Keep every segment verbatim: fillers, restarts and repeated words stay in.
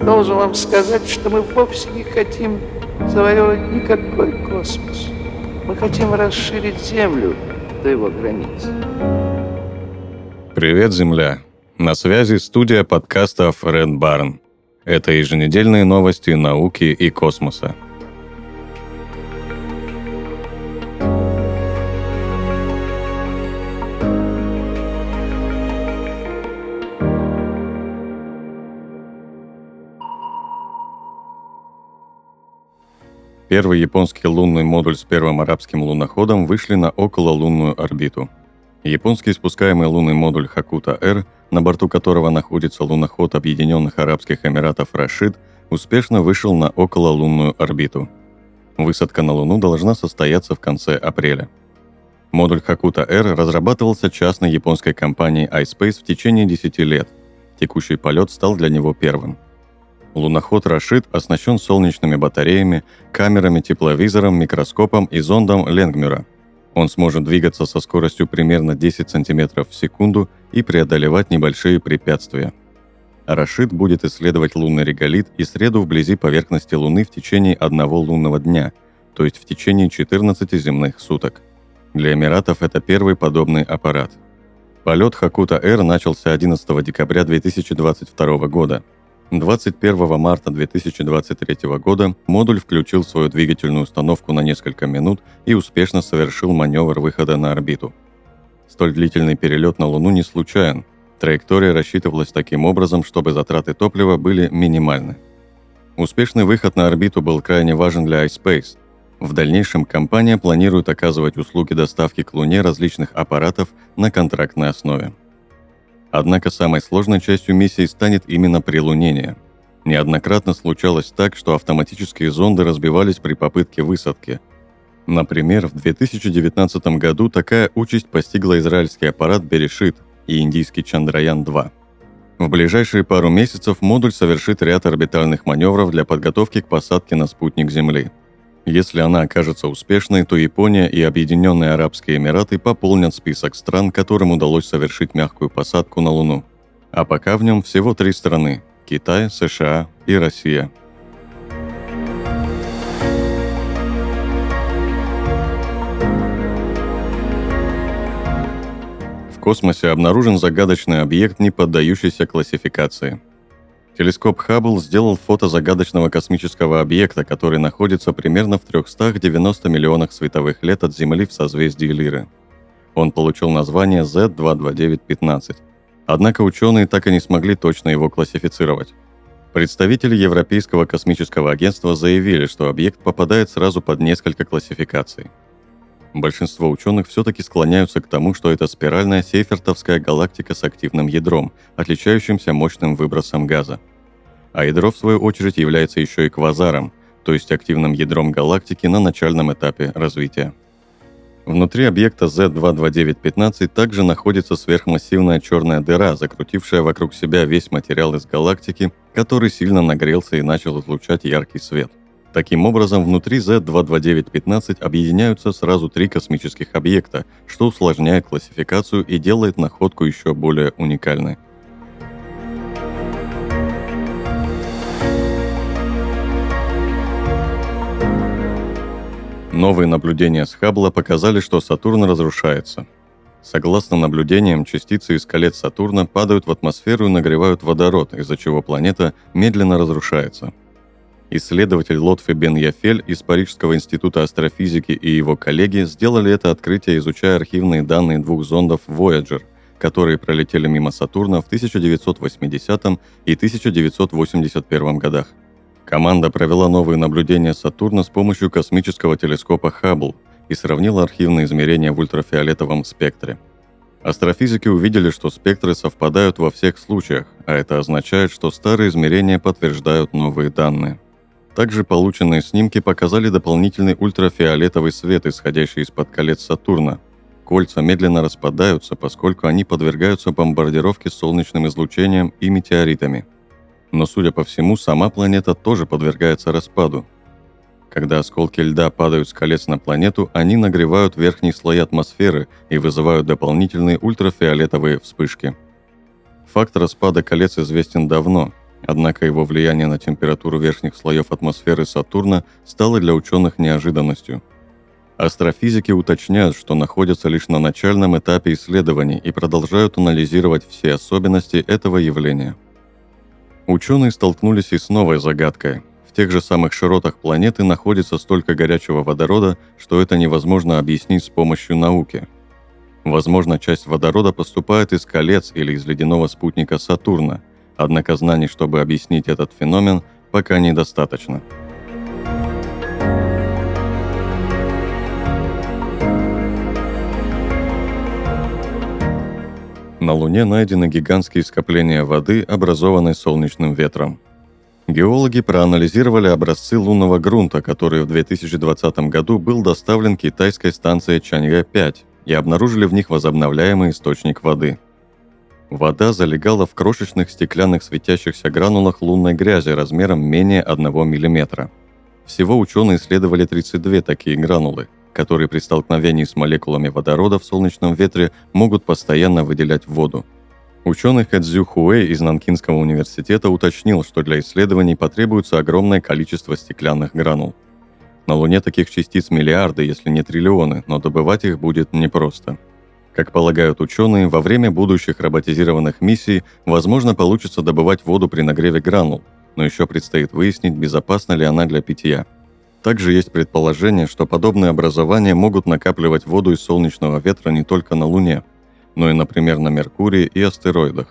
Должен вам сказать, что мы вовсе не хотим завоевывать никакой космос. Мы хотим расширить Землю до его границ. Привет, Земля! На связи студия подкастов Red Barn. Это еженедельные новости науки и космоса. Первый японский лунный модуль с первым арабским луноходом вышли на окололунную орбиту. Японский спускаемый лунный модуль Хакута-Р, на борту которого находится луноход Объединенных Арабских Эмиратов «Рашид», успешно вышел на окололунную орбиту. Высадка на Луну должна состояться в конце апреля. Модуль Хакута-Р разрабатывался частной японской компанией iSpace в течение десяти лет. Текущий полет стал для него первым. Луноход «Рашид» оснащен солнечными батареями, камерами, тепловизором, микроскопом и зондом Ленгмюра. Он сможет двигаться со скоростью примерно десять сантиметров в секунду и преодолевать небольшие препятствия. «Рашид» будет исследовать лунный реголит и среду вблизи поверхности Луны в течение одного лунного дня, то есть в течение четырнадцати земных суток. Для Эмиратов это первый подобный аппарат. Полет Хакута-Р начался одиннадцатого декабря две тысячи двадцать второго года. двадцать первого марта две тысячи двадцать третьего года модуль включил свою двигательную установку на несколько минут и успешно совершил маневр выхода на орбиту. Столь длительный перелет на Луну не случайен. Траектория рассчитывалась таким образом, чтобы затраты топлива были минимальны. Успешный выход на орбиту был крайне важен для iSpace. В дальнейшем компания планирует оказывать услуги доставки к Луне различных аппаратов на контрактной основе. Однако самой сложной частью миссии станет именно прилунение. Неоднократно случалось так, что автоматические зонды разбивались при попытке высадки. Например, в две тысячи девятнадцатом году такая участь постигла израильский аппарат Берешит и индийский Чандраян два. В ближайшие пару месяцев модуль совершит ряд орбитальных маневров для подготовки к посадке на спутник Земли. Если она окажется успешной, то Япония и Объединенные Арабские Эмираты пополнят список стран, которым удалось совершить мягкую посадку на Луну. А пока в нем всего три страны – Китай, США и Россия. В космосе обнаружен загадочный объект, не поддающийся классификации. Телескоп Хаббл сделал фото загадочного космического объекта, который находится примерно в трехстах девяноста миллионах световых лет от Земли в созвездии Лиры. Он получил название зет двадцать двадцать девять пятнадцать. Однако ученые так и не смогли точно его классифицировать. Представители Европейского космического агентства заявили, что объект попадает сразу под несколько классификаций. Большинство ученых все-таки склоняются к тому, что это спиральная сейфертовская галактика с активным ядром, отличающимся мощным выбросом газа. А ядро, в свою очередь, является еще и квазаром, то есть активным ядром галактики на начальном этапе развития. Внутри объекта зет двадцать двадцать девять пятнадцать также находится сверхмассивная черная дыра, закрутившая вокруг себя весь материал из галактики, который сильно нагрелся и начал излучать яркий свет. Таким образом, внутри зет двадцать двадцать девять пятнадцать объединяются сразу три космических объекта, что усложняет классификацию и делает находку еще более уникальной. Новые наблюдения с Хаббла показали, что Сатурн разрушается. Согласно наблюдениям, частицы из колец Сатурна падают в атмосферу и нагревают водород, из-за чего планета медленно разрушается. Исследователь Лотфи Бен-Яфель из Парижского института астрофизики и его коллеги сделали это открытие, изучая архивные данные двух зондов Voyager, которые пролетели мимо Сатурна в тысяча девятьсот восьмидесятом и тысяча девятьсот восемьдесят первом годах. Команда провела новые наблюдения Сатурна с помощью космического телескопа Хаббл и сравнила архивные измерения в ультрафиолетовом спектре. Астрофизики увидели, что спектры совпадают во всех случаях, а это означает, что старые измерения подтверждают новые данные. Также полученные снимки показали дополнительный ультрафиолетовый свет, исходящий из-под колец Сатурна. Кольца медленно распадаются, поскольку они подвергаются бомбардировке солнечным излучением и метеоритами. Но, судя по всему, сама планета тоже подвергается распаду. Когда осколки льда падают с колец на планету, они нагревают верхние слои атмосферы и вызывают дополнительные ультрафиолетовые вспышки. Факт распада колец известен давно. Однако его влияние на температуру верхних слоев атмосферы Сатурна стало для ученых неожиданностью. Астрофизики уточняют, что находятся лишь на начальном этапе исследований и продолжают анализировать все особенности этого явления. Ученые столкнулись и с новой загадкой. В тех же самых широтах планеты находится столько горячего водорода, что это невозможно объяснить с помощью науки. Возможно, часть водорода поступает из колец или из ледяного спутника Сатурна, однако знаний, чтобы объяснить этот феномен, пока недостаточно. На Луне найдены гигантские скопления воды, образованные солнечным ветром. Геологи проанализировали образцы лунного грунта, который в две тысячи двадцатом году был доставлен китайской станцией Чаньэ пять, и обнаружили в них возобновляемый источник воды. Вода залегала в крошечных стеклянных светящихся гранулах лунной грязи размером менее одного миллиметра. Всего ученые исследовали тридцать две такие гранулы, которые при столкновении с молекулами водорода в солнечном ветре могут постоянно выделять воду. Ученый Хэ Цзю Хуэй из Нанкинского университета уточнил, что для исследований потребуется огромное количество стеклянных гранул. На Луне таких частиц миллиарды, если не триллионы, но добывать их будет непросто. Как полагают ученые, во время будущих роботизированных миссий возможно получится добывать воду при нагреве гранул, но еще предстоит выяснить, безопасна ли она для питья. Также есть предположение, что подобные образования могут накапливать воду из солнечного ветра не только на Луне, но и, например, на Меркурии и астероидах.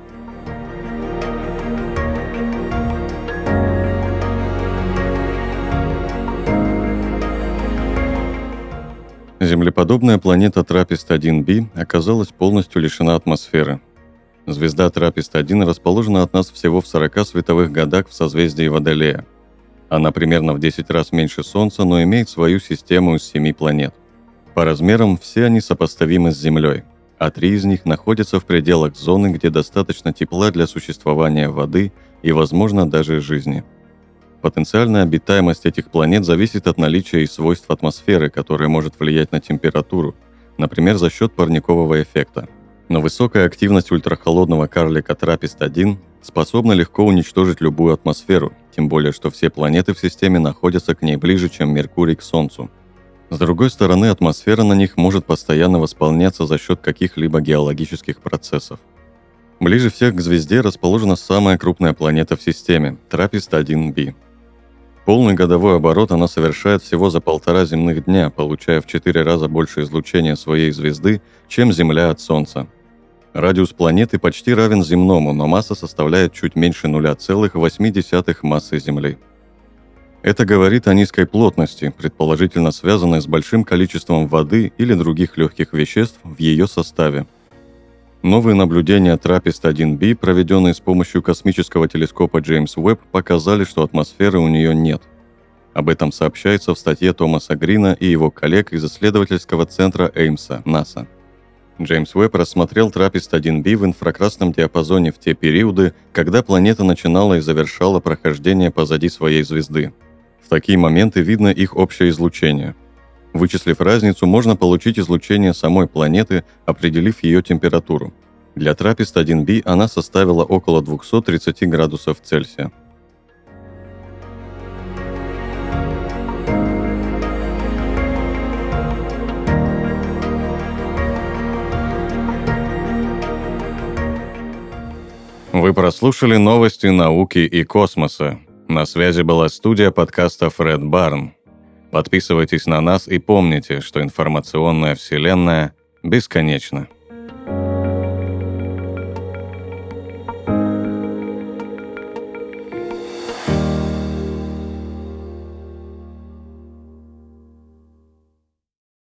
Землеподобная планета Траппист один би оказалась полностью лишена атмосферы. Звезда Траппист один расположена от нас всего в сорока световых годах в созвездии Водолея. Она примерно в десять раз меньше Солнца, но имеет свою систему из семи планет. По размерам все они сопоставимы с Землей, а три из них находятся в пределах зоны, где достаточно тепла для существования воды и, возможно, даже жизни. Потенциальная обитаемость этих планет зависит от наличия и свойств атмосферы, которая может влиять на температуру, например, за счет парникового эффекта. Но высокая активность ультрахолодного карлика Траппист один способна легко уничтожить любую атмосферу, тем более что все планеты в системе находятся к ней ближе, чем Меркурий к Солнцу. С другой стороны, атмосфера на них может постоянно восполняться за счет каких-либо геологических процессов. Ближе всех к звезде расположена самая крупная планета в системе – Траппист один би. Полный годовой оборот она совершает всего за полтора земных дня, получая в четыре раза больше излучения своей звезды, чем Земля от Солнца. Радиус планеты почти равен земному, но масса составляет чуть меньше нуля целых восемь десятых массы Земли. Это говорит о низкой плотности, предположительно связанной с большим количеством воды или других легких веществ в ее составе. Новые наблюдения Траппист один би, проведенные с помощью космического телескопа Джеймс Уэбб, показали, что атмосферы у нее нет. Об этом сообщается в статье Томаса Грина и его коллег из исследовательского центра Эймса, НАСА. Джеймс Уэбб рассмотрел Траппист один би в инфракрасном диапазоне в те периоды, когда планета начинала и завершала прохождение позади своей звезды. В такие моменты видно их общее излучение. Вычислив разницу, можно получить излучение самой планеты, определив ее температуру. Для Траппист один би она составила около двести тридцать градусов Цельсия. Вы прослушали новости науки и космоса. На связи была студия подкаста Фред Барн. Подписывайтесь на нас и помните, что информационная вселенная бесконечна.